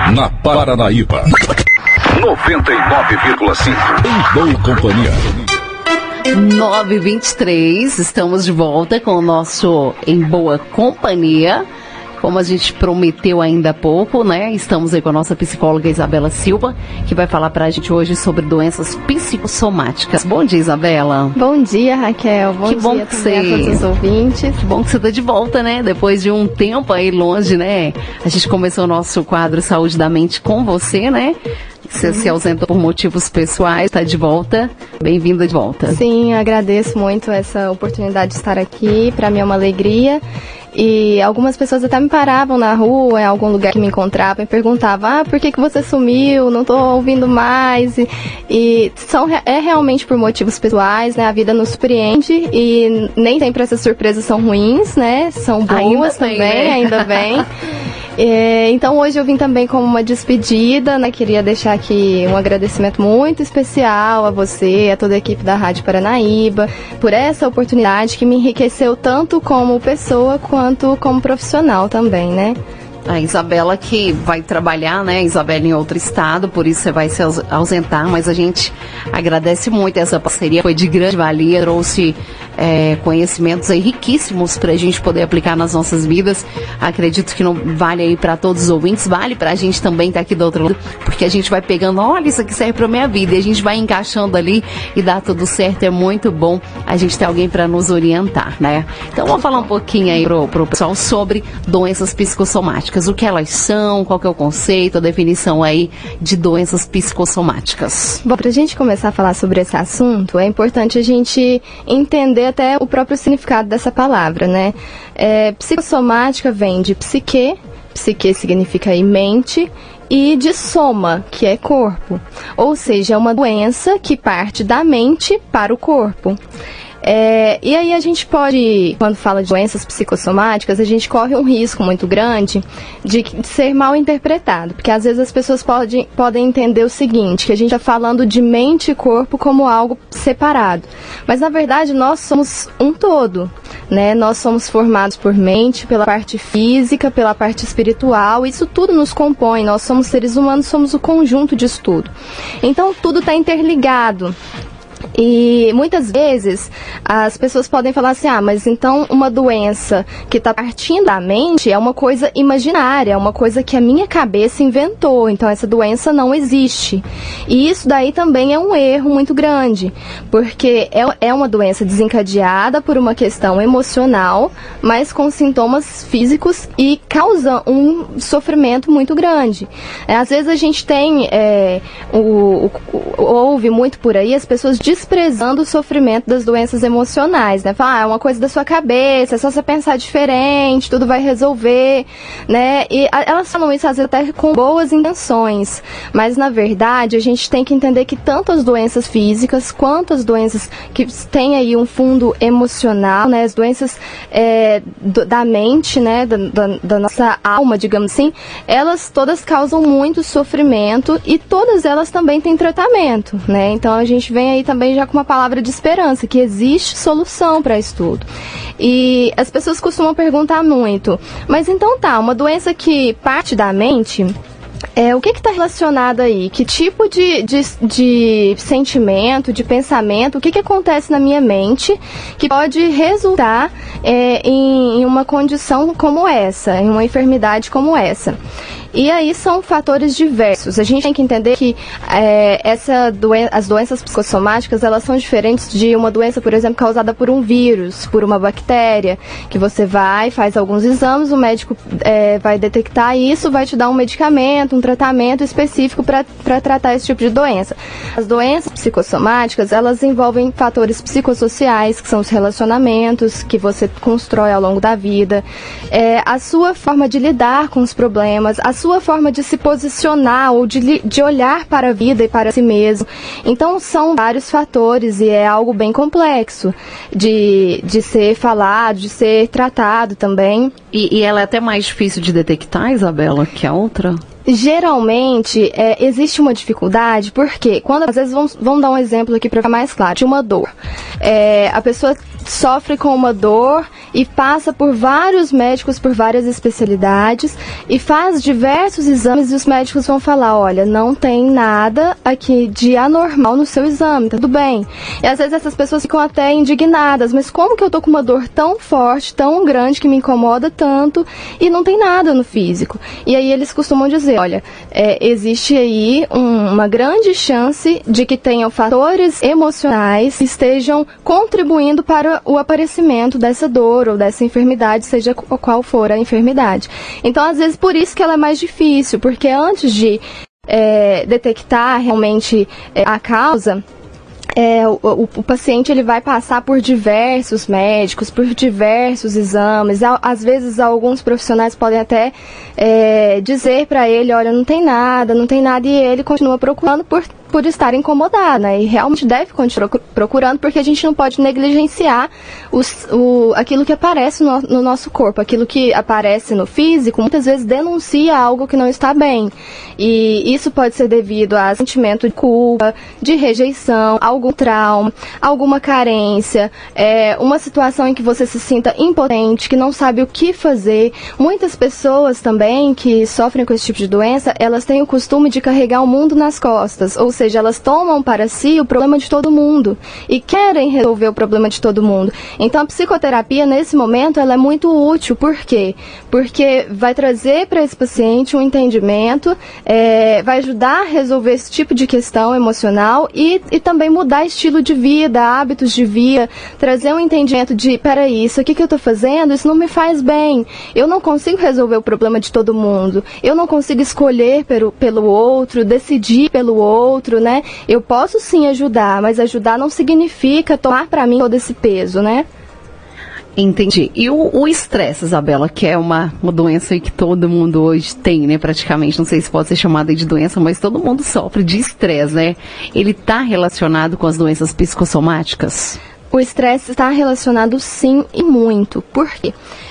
na Paranaíba. 99,5. Em boa companhia. 9h23, estamos de volta com o nosso Em Boa Companhia. Como a gente prometeu ainda há pouco, né? Estamos aí com a nossa psicóloga Isabela Silva, que vai falar pra gente hoje sobre doenças psicossomáticas. Bom dia, Isabela. Bom dia, Raquel. Bom dia também a todos os ouvintes. Que bom que você tá de volta, né? Depois de um tempo aí longe, né? A gente começou o nosso quadro Saúde da Mente com você, né? Você se ausentou por motivos pessoais, está de volta. Bem-vinda de volta. Sim, agradeço muito essa oportunidade de estar aqui. Para mim é uma alegria. E algumas pessoas até me paravam na rua, em algum lugar que me encontravam, e perguntavam, por que você sumiu? Não estou ouvindo mais. É realmente por motivos pessoais, né? A vida nos surpreende e nem sempre essas surpresas são ruins, né? São boas também, né? Ainda bem. Então hoje eu vim também como uma despedida, né? Queria deixar aqui um agradecimento muito especial a você, a toda a equipe da Rádio Paranaíba, por essa oportunidade que me enriqueceu tanto como pessoa quanto como profissional também, né? A Isabela que vai trabalhar, né, Isabela, em outro estado, por isso você vai se ausentar, mas a gente agradece muito essa parceria, foi de grande valia, trouxe conhecimentos aí riquíssimos para a gente poder aplicar nas nossas vidas. Acredito que não vale aí para todos os ouvintes, vale para a gente também estar aqui do outro lado, porque a gente vai pegando, olha, isso aqui serve para minha vida, e a gente vai encaixando ali e dá tudo certo. É muito bom a gente ter alguém para nos orientar, né? Então vamos falar um pouquinho aí pro pessoal sobre doenças psicossomáticas. O que elas são, qual que é o conceito, a definição aí de doenças psicossomáticas. Bom, para a gente começar a falar sobre esse assunto, é importante a gente entender até o próprio significado dessa palavra, né? Psicossomática vem de psique significa aí mente, e de soma, que é corpo. Ou seja, é uma doença que parte da mente para o corpo. E aí a gente pode, quando fala de doenças psicossomáticas, a gente corre um risco muito grande de ser mal interpretado, porque às vezes as pessoas podem entender o seguinte, que a gente está falando de mente e corpo como algo separado, mas na verdade nós somos um todo, né? Nós somos formados por mente, pela parte física, pela parte espiritual, isso tudo nos compõe, nós somos seres humanos, somos o conjunto disso tudo, então tudo está interligado. E muitas vezes as pessoas podem falar assim, mas então uma doença que está partindo da mente é uma coisa imaginária, é uma coisa que a minha cabeça inventou, então essa doença não existe. E isso daí também é um erro muito grande, porque é uma doença desencadeada por uma questão emocional, mas com sintomas físicos e causa um sofrimento muito grande. Às vezes a gente tem, ouve muito por aí as pessoas desprezando o sofrimento das doenças emocionais, né? Fala, é uma coisa da sua cabeça, é só você pensar diferente, tudo vai resolver, né? E elas falam isso às vezes até com boas intenções, mas na verdade a gente tem que entender que tanto as doenças físicas quanto as doenças que têm aí um fundo emocional, né? As doenças da mente, né? Da nossa alma, digamos assim, elas todas causam muito sofrimento e todas elas também têm tratamento, né? Então a gente vem aí também já com uma palavra de esperança, que existe solução para isso tudo. E as pessoas costumam perguntar muito, mas então uma doença que parte da mente, o que está relacionado aí? Que tipo de sentimento, de pensamento, o que acontece na minha mente que pode resultar em uma condição como essa, em uma enfermidade como essa? E aí são fatores diversos. A gente tem que entender que as doenças psicossomáticas, elas são diferentes de uma doença, por exemplo, causada por um vírus, por uma bactéria, que você faz alguns exames, o médico vai detectar isso, vai te dar um medicamento, um tratamento específico para tratar esse tipo de doença. As doenças psicossomáticas, elas envolvem fatores psicossociais, que são os relacionamentos que você constrói ao longo da vida, a sua forma de lidar com os problemas, a sua forma de se posicionar ou de olhar para a vida e para si mesmo. Então são vários fatores e é algo bem complexo de ser falado, de ser tratado também. E ela é até mais difícil de detectar, Isabela, que a outra? Geralmente, existe uma dificuldade, porque às vezes, vamos dar um exemplo aqui para ficar mais claro, de uma dor. A pessoa sofre com uma dor e passa por vários médicos, por várias especialidades e faz diversos exames e os médicos vão falar, olha, não tem nada aqui de anormal no seu exame, tá tudo bem. E às vezes essas pessoas ficam até indignadas, mas como que eu tô com uma dor tão forte, tão grande, que me incomoda tanto e não tem nada no físico? E aí eles costumam dizer, olha, existe aí uma grande chance de que tenham fatores emocionais que estejam contribuindo para o aparecimento dessa dor ou dessa enfermidade, seja qual for a enfermidade. Então, às vezes, por isso que ela é mais difícil, porque antes de detectar realmente a causa, o paciente ele vai passar por diversos médicos, por diversos exames. Às vezes, alguns profissionais podem até dizer para ele, olha, não tem nada, e ele continua procurando por estar incomodado, né? E realmente deve continuar procurando, porque a gente não pode negligenciar aquilo que aparece no nosso corpo. Aquilo que aparece no físico, muitas vezes denuncia algo que não está bem. E isso pode ser devido a sentimento de culpa, de rejeição, algum trauma, alguma carência, uma situação em que você se sinta impotente, que não sabe o que fazer. Muitas pessoas também que sofrem com esse tipo de doença, elas têm o costume de carregar o mundo nas costas, ou seja, elas tomam para si o problema de todo mundo e querem resolver o problema de todo mundo. Então, a psicoterapia, nesse momento, ela é muito útil. Por quê? Porque vai trazer para esse paciente um entendimento, vai ajudar a resolver esse tipo de questão emocional e também mudar estilo de vida, hábitos de vida, trazer um entendimento de, peraí, isso aqui que eu estou fazendo, isso não me faz bem. Eu não consigo resolver o problema de todo mundo. Eu não consigo escolher pelo outro, decidir pelo outro, né? Eu posso sim ajudar, mas ajudar não significa tomar para mim todo esse peso, né? Entendi. E o estresse, Isabela, que é uma doença aí que todo mundo hoje tem, né, praticamente, não sei se pode ser chamada de doença, mas todo mundo sofre de estresse, né? Ele está relacionado com as doenças psicossomáticas? O estresse está relacionado sim e muito. Por quê?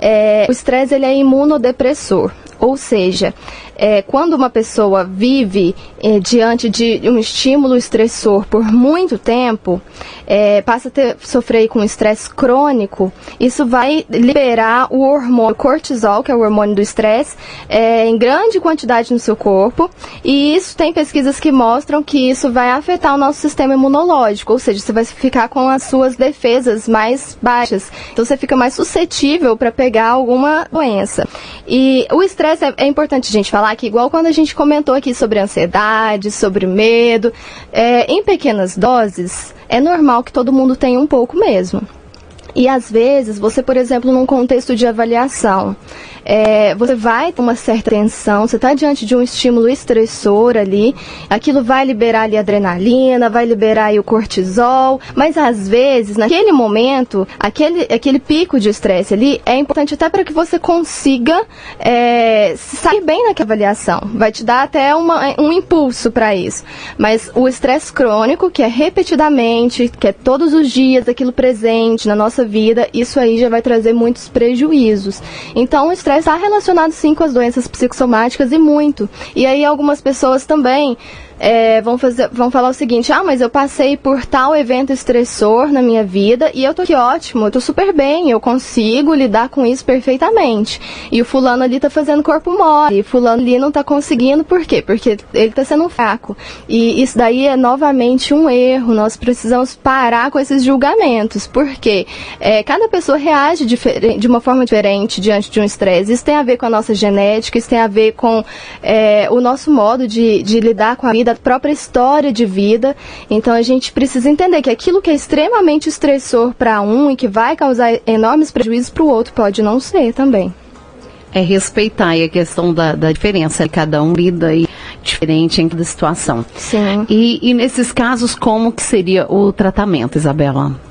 O estresse ele é imunodepressor, ou seja, quando uma pessoa vive diante de um estímulo estressor por muito tempo, passa a sofrer com estresse crônico, isso vai liberar o hormônio cortisol, que é o hormônio do estresse, em grande quantidade no seu corpo, e isso tem pesquisas que mostram que isso vai afetar o nosso sistema imunológico, ou seja, você vai ficar com as suas defesas mais baixas, então você fica mais suscetível para pegar alguma doença. E o estresse é importante a gente falar que, igual quando a gente comentou aqui sobre ansiedade, sobre medo, em pequenas doses, é normal que todo mundo tenha um pouco mesmo. E às vezes, você, por exemplo, num contexto de avaliação, você vai ter uma certa tensão, você está diante de um estímulo estressor ali, aquilo vai liberar ali a adrenalina, vai liberar aí o cortisol, mas às vezes, naquele momento, aquele pico de estresse ali, é importante até para que você consiga sair bem naquela avaliação, vai te dar até um impulso para isso. Mas o estresse crônico, que é repetidamente, que é todos os dias, aquilo presente na nossa vida, isso aí já vai trazer muitos prejuízos. Então, o estresse está relacionado sim com as doenças psicossomáticas e muito. E aí algumas pessoas também vão falar o seguinte, mas eu passei por tal evento estressor na minha vida e eu tô aqui ótimo, eu tô super bem, eu consigo lidar com isso perfeitamente. E o fulano ali tá fazendo corpo mole, e o fulano ali não tá conseguindo, por quê? Porque ele tá sendo fraco. E isso daí é novamente um erro, nós precisamos parar com esses julgamentos, porque cada pessoa reage de uma forma diferente diante de um estresse. Isso tem a ver com a nossa genética, isso tem a ver com o nosso modo de lidar com a vida, da própria história de vida. Então a gente precisa entender que aquilo que é extremamente estressor para um e que vai causar enormes prejuízos para o outro pode não ser também. Respeitar aí a questão da diferença, cada um lida aí diferente em cada situação. Sim. E nesses casos, como que seria o tratamento, Isabela?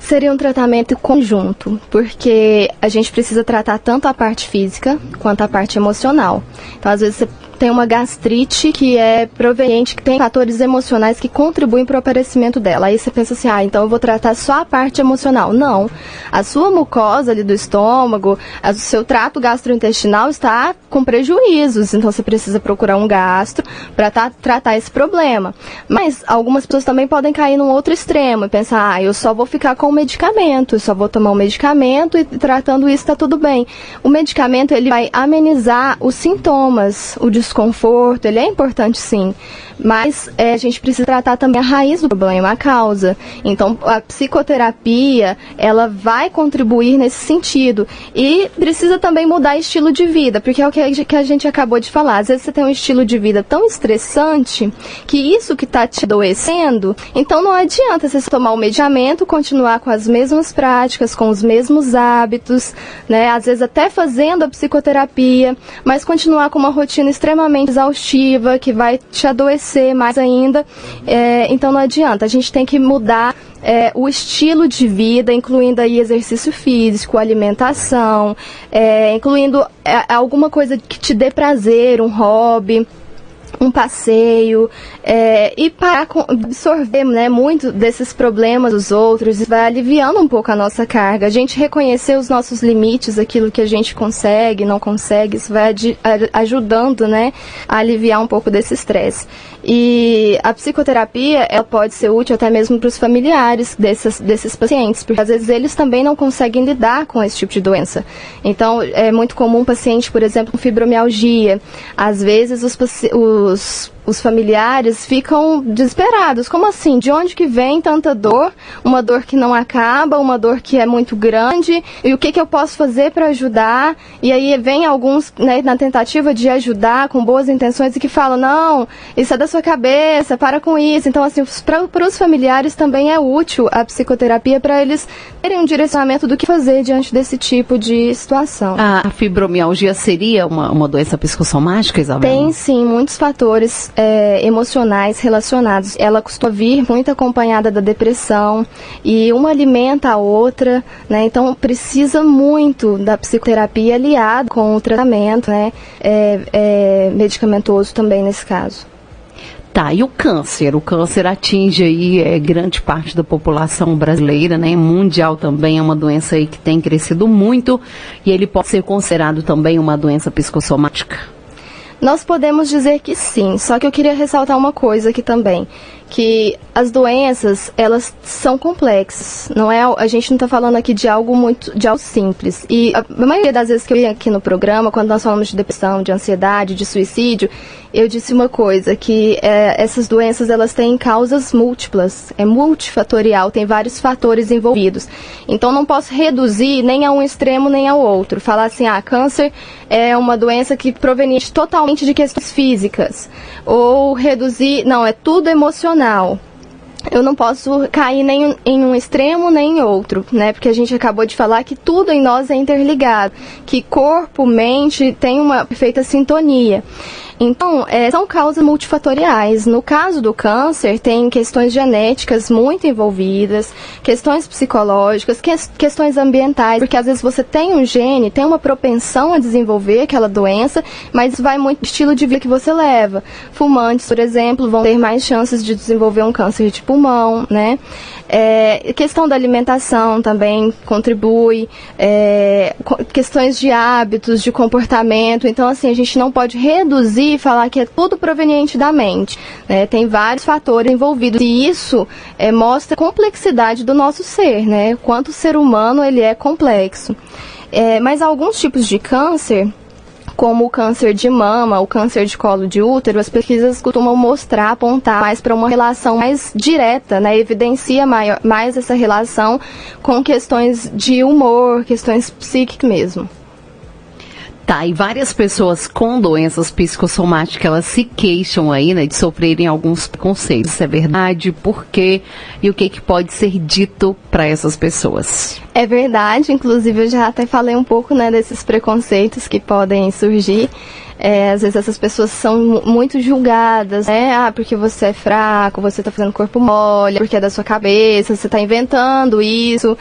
seria um tratamento conjunto, porque a gente precisa tratar tanto a parte física quanto a parte emocional. Então, às vezes, você tem uma gastrite que é proveniente, que tem fatores emocionais que contribuem para o aparecimento dela. Aí você pensa assim, então eu vou tratar só a parte emocional. Não. A sua mucosa ali do estômago, o seu trato gastrointestinal está com prejuízos. Então você precisa procurar um gastro para tratar esse problema. Mas algumas pessoas também podem cair num outro extremo e pensar, eu só vou ficar com o medicamento, eu só vou tomar o medicamento e tratando isso está tudo bem. O medicamento, ele vai amenizar os sintomas, o desconforto, ele é importante sim, mas a gente precisa tratar também a raiz do problema, a causa. Então, a psicoterapia, ela vai contribuir nesse sentido e precisa também mudar estilo de vida, porque é o que a gente acabou de falar. Às vezes você tem um estilo de vida tão estressante que isso que está te adoecendo, então não adianta você tomar o medicamento, continuar com as mesmas práticas, com os mesmos hábitos, né? Às vezes até fazendo a psicoterapia, mas continuar com uma rotina extremamente exaustiva, que vai te adoecer mais ainda. Então não adianta, a gente tem que mudar o estilo de vida, incluindo aí exercício físico, alimentação, incluindo alguma coisa que te dê prazer, um hobby, um passeio, e parar com absorver, né, muito desses problemas dos outros, vai aliviando um pouco a nossa carga. A gente reconhecer os nossos limites, aquilo que a gente consegue, não consegue, isso vai ajudando, né, a aliviar um pouco desse estresse. E a psicoterapia, ela pode ser útil até mesmo para os familiares desses pacientes, porque às vezes eles também não conseguem lidar com esse tipo de doença. Então, é muito comum um paciente, por exemplo, com fibromialgia. Às vezes os familiares ficam desesperados. Como assim? De onde que vem tanta dor? Uma dor que não acaba, uma dor que é muito grande. E o que eu posso fazer para ajudar? E aí vem alguns, né, na tentativa de ajudar, com boas intenções, e que falam, não, isso é da sua cabeça, para com isso. Então, assim, para os familiares também é útil a psicoterapia para eles terem um direcionamento do que fazer diante desse tipo de situação. A fibromialgia seria uma doença psicossomática, Isabela? Tem sim, muitos fatores emocionais relacionados. Ela costuma vir muito acompanhada da depressão e uma alimenta a outra, né? Então precisa muito da psicoterapia aliada com o tratamento, né? Medicamentoso também nesse caso. Tá, e o câncer? O câncer atinge aí grande parte da população brasileira, né? Mundial também, é uma doença aí que tem crescido muito e ele pode ser considerado também uma doença psicossomática? Nós podemos dizer que sim, só que eu queria ressaltar uma coisa aqui também, que as doenças, elas são complexas, não é? A gente não está falando aqui de algo simples. E a maioria das vezes que eu ia aqui no programa, quando nós falamos de depressão, de ansiedade, de suicídio, eu disse uma coisa, que essas doenças, elas têm causas múltiplas, é multifatorial, tem vários fatores envolvidos. Então não posso reduzir nem a um extremo nem ao outro. Falar assim, câncer é uma doença que proveniente totalmente de questões físicas. Ou reduzir, não, é tudo emocional. Eu não posso cair nem em um extremo nem em outro, né? Porque a gente acabou de falar que tudo em nós é interligado, que corpo, mente tem uma perfeita sintonia. Então, são causas multifatoriais. No caso do câncer, tem questões genéticas muito envolvidas, questões psicológicas, questões ambientais, porque às vezes você tem um gene, tem uma propensão a desenvolver aquela doença, mas vai muito do estilo de vida que você leva. Fumantes, por exemplo, vão ter mais chances de desenvolver um câncer de pulmão, né? Questão da alimentação também contribui, questões de hábitos, de comportamento. Então, assim, a gente não pode reduzir e falar que é tudo proveniente da mente, né? Tem vários fatores envolvidos e isso mostra a complexidade do nosso ser, né? Quanto o ser humano ele é complexo. Mas alguns tipos de câncer, como o câncer de mama, o câncer de colo de útero, as pesquisas costumam mostrar, apontar mais para uma relação mais direta, né? Evidencia mais essa relação com questões de humor, questões psíquicas mesmo. Tá, e várias pessoas com doenças psicossomáticas, elas se queixam aí, né, de sofrerem alguns preconceitos. Isso é verdade? Por quê? E o que pode ser dito para essas pessoas? É verdade, inclusive eu já até falei um pouco, né, desses preconceitos que podem surgir. às vezes essas pessoas são muito julgadas, né? Ah, porque você é fraco, você tá fazendo corpo mole, porque é da sua cabeça, você tá inventando isso.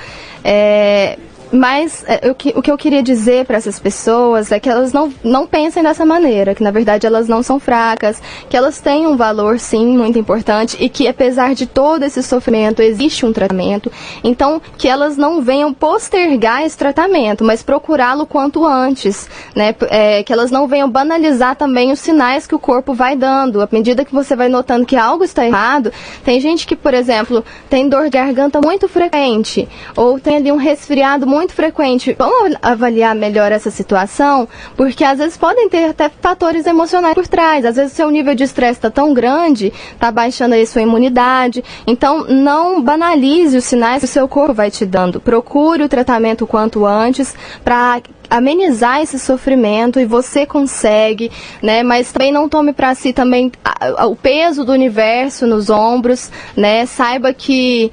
Mas o que eu queria dizer para essas pessoas é que elas não pensem dessa maneira, que na verdade elas não são fracas, que elas têm um valor sim muito importante e que apesar de todo esse sofrimento existe um tratamento, então que elas não venham postergar esse tratamento, mas procurá-lo quanto antes, né? Que elas não venham banalizar também os sinais que o corpo vai dando, à medida que você vai notando que algo está errado. Tem gente que, por exemplo, tem dor de garganta muito frequente, ou tem ali um resfriado muito frequente. Vamos avaliar melhor essa situação, porque às vezes podem ter até fatores emocionais por trás. Às vezes o seu nível de estresse está tão grande, está baixando aí sua imunidade. Então, não banalize os sinais que o seu corpo vai te dando. Procure o tratamento o quanto antes para amenizar esse sofrimento, e você consegue, né? Mas também não tome para si também o peso do universo nos ombros, né? Saiba que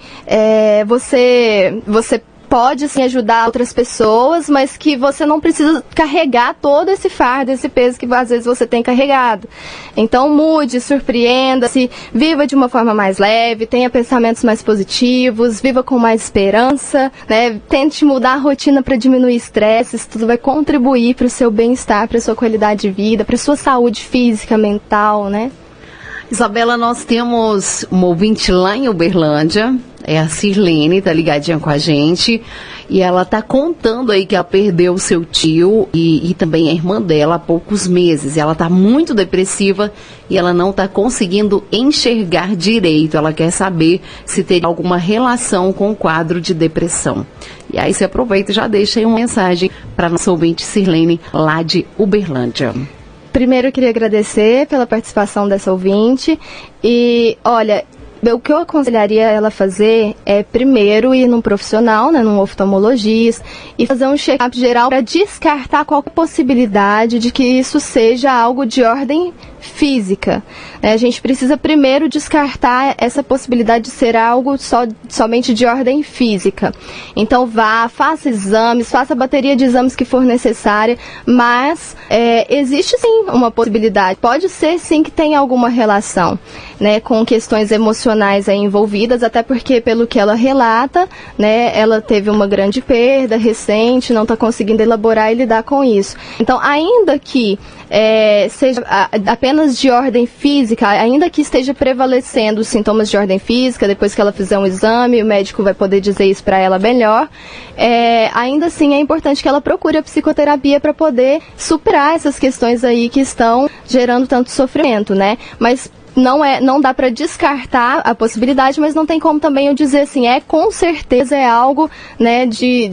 você pode sim ajudar outras pessoas, mas que você não precisa carregar todo esse fardo, esse peso que às vezes você tem carregado. Então mude, surpreenda-se, viva de uma forma mais leve, tenha pensamentos mais positivos, viva com mais esperança, né? Tente mudar a rotina para diminuir estresse. Isso tudo vai contribuir para o seu bem-estar, para a sua qualidade de vida, para a sua saúde física, mental, né? Isabela, nós temos uma ouvinte lá em Uberlândia, é a Sirlene, tá ligadinha com a gente, e ela tá contando aí que ela perdeu o seu tio e também a irmã dela há poucos meses. Ela tá muito depressiva e ela não tá conseguindo enxergar direito. Ela quer saber se tem alguma relação com o quadro de depressão. E aí você aproveita e já deixa aí uma mensagem para nossa ouvinte Sirlene, lá de Uberlândia. Primeiro eu queria agradecer pela participação dessa ouvinte e, olha, o que eu aconselharia ela fazer é primeiro ir num profissional, né, num oftalmologista, e fazer um check-up geral para descartar qualquer possibilidade de que isso seja algo de ordem física. A gente precisa primeiro descartar essa possibilidade de ser algo somente de ordem física. Então faça exames, faça a bateria de exames que for necessária, mas existe sim uma possibilidade. Pode ser sim que tenha alguma relação, né, com questões emocionais aí envolvidas, até porque pelo que ela relata, né, ela teve uma grande perda recente, não está conseguindo elaborar e lidar com isso. Então, ainda que seja apenas de ordem física, ainda que esteja prevalecendo os sintomas de ordem física, depois que ela fizer um exame, o médico vai poder dizer isso para ela melhor, ainda assim é importante que ela procure a psicoterapia para poder superar essas questões aí que estão gerando tanto sofrimento, né? Mas não dá para descartar a possibilidade, mas não tem como também eu dizer assim, com certeza é algo, né,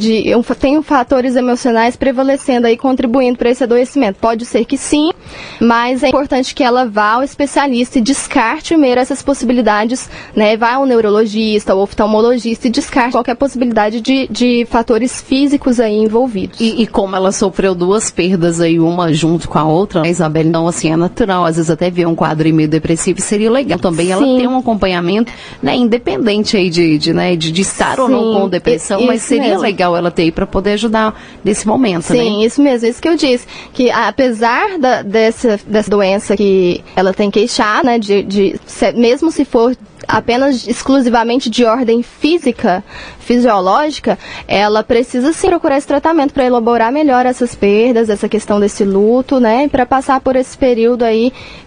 tem fatores emocionais prevalecendo aí, contribuindo para esse adoecimento. Pode ser que sim, mas é importante que ela vá ao especialista e descarte primeiro essas possibilidades, né, vá ao neurologista, ao oftalmologista e descarte qualquer possibilidade de fatores físicos aí envolvidos. E como ela sofreu duas perdas aí, uma junto com a outra, né, Isabela, então assim, é natural, às vezes até ver um quadro meio depressivo, seria legal também ela ter um acompanhamento, né, independente aí de estar ou não com depressão, mas seria mesmo legal ela ter aí para poder ajudar nesse momento, né? Sim, isso mesmo, isso que eu disse, que apesar dessa doença que ela tem queixar, né, mesmo se for apenas exclusivamente de ordem física, fisiológica, ela precisa sim procurar esse tratamento para elaborar melhor essas perdas, essa questão desse luto, né, para passar por esse período aí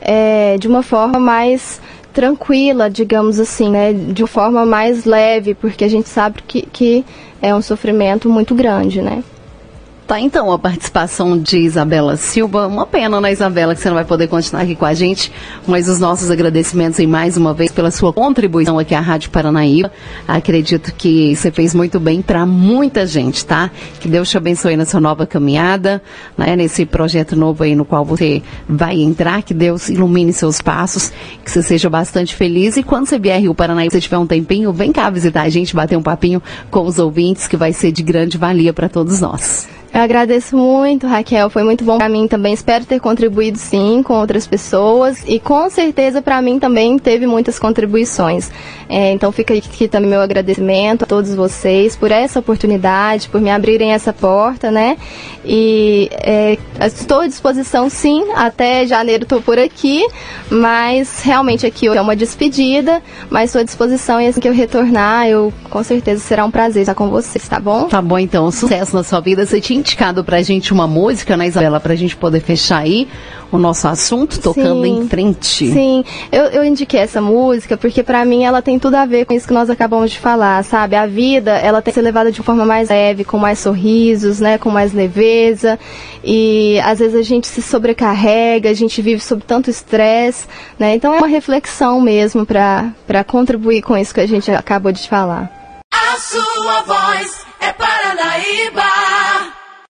de uma forma mais tranquila, digamos assim, né, de uma forma mais leve, porque a gente sabe que é um sofrimento muito grande, né. Tá, então, a participação de Isabela Silva. Uma pena, né, Isabela, que você não vai poder continuar aqui com a gente, mas os nossos agradecimentos aí mais uma vez pela sua contribuição aqui à Rádio Paranaíba. Acredito que você fez muito bem para muita gente, tá? Que Deus te abençoe na sua nova caminhada, né, nesse projeto novo aí no qual você vai entrar, que Deus ilumine seus passos, que você seja bastante feliz. E quando você vier Rio Paranaíba, se tiver um tempinho, vem cá visitar a gente, bater um papinho com os ouvintes, que vai ser de grande valia para todos nós. Eu agradeço muito, Raquel, foi muito bom para mim também, espero ter contribuído sim com outras pessoas e com certeza para mim também teve muitas contribuições. Então fica aqui também meu agradecimento a todos vocês por essa oportunidade, por me abrirem essa porta, né? E estou à disposição sim, até janeiro estou por aqui, mas realmente aqui é uma despedida, mas estou à disposição e assim que eu retornar, com certeza será um prazer estar com vocês, tá bom? Tá bom, então, sucesso na sua vida. Você tinha indicado pra gente uma música, né, Isabela, pra gente poder fechar aí o nosso assunto, tocando em frente. Sim, eu indiquei essa música porque pra mim ela tem tudo a ver com isso que nós acabamos de falar, sabe? A vida, ela tem que ser levada de forma mais leve, com mais sorrisos, né, com mais leveza, e às vezes a gente se sobrecarrega, a gente vive sob tanto estresse, né? Então é uma reflexão mesmo pra contribuir com isso que a gente acabou de falar. A sua voz é Paranaíba.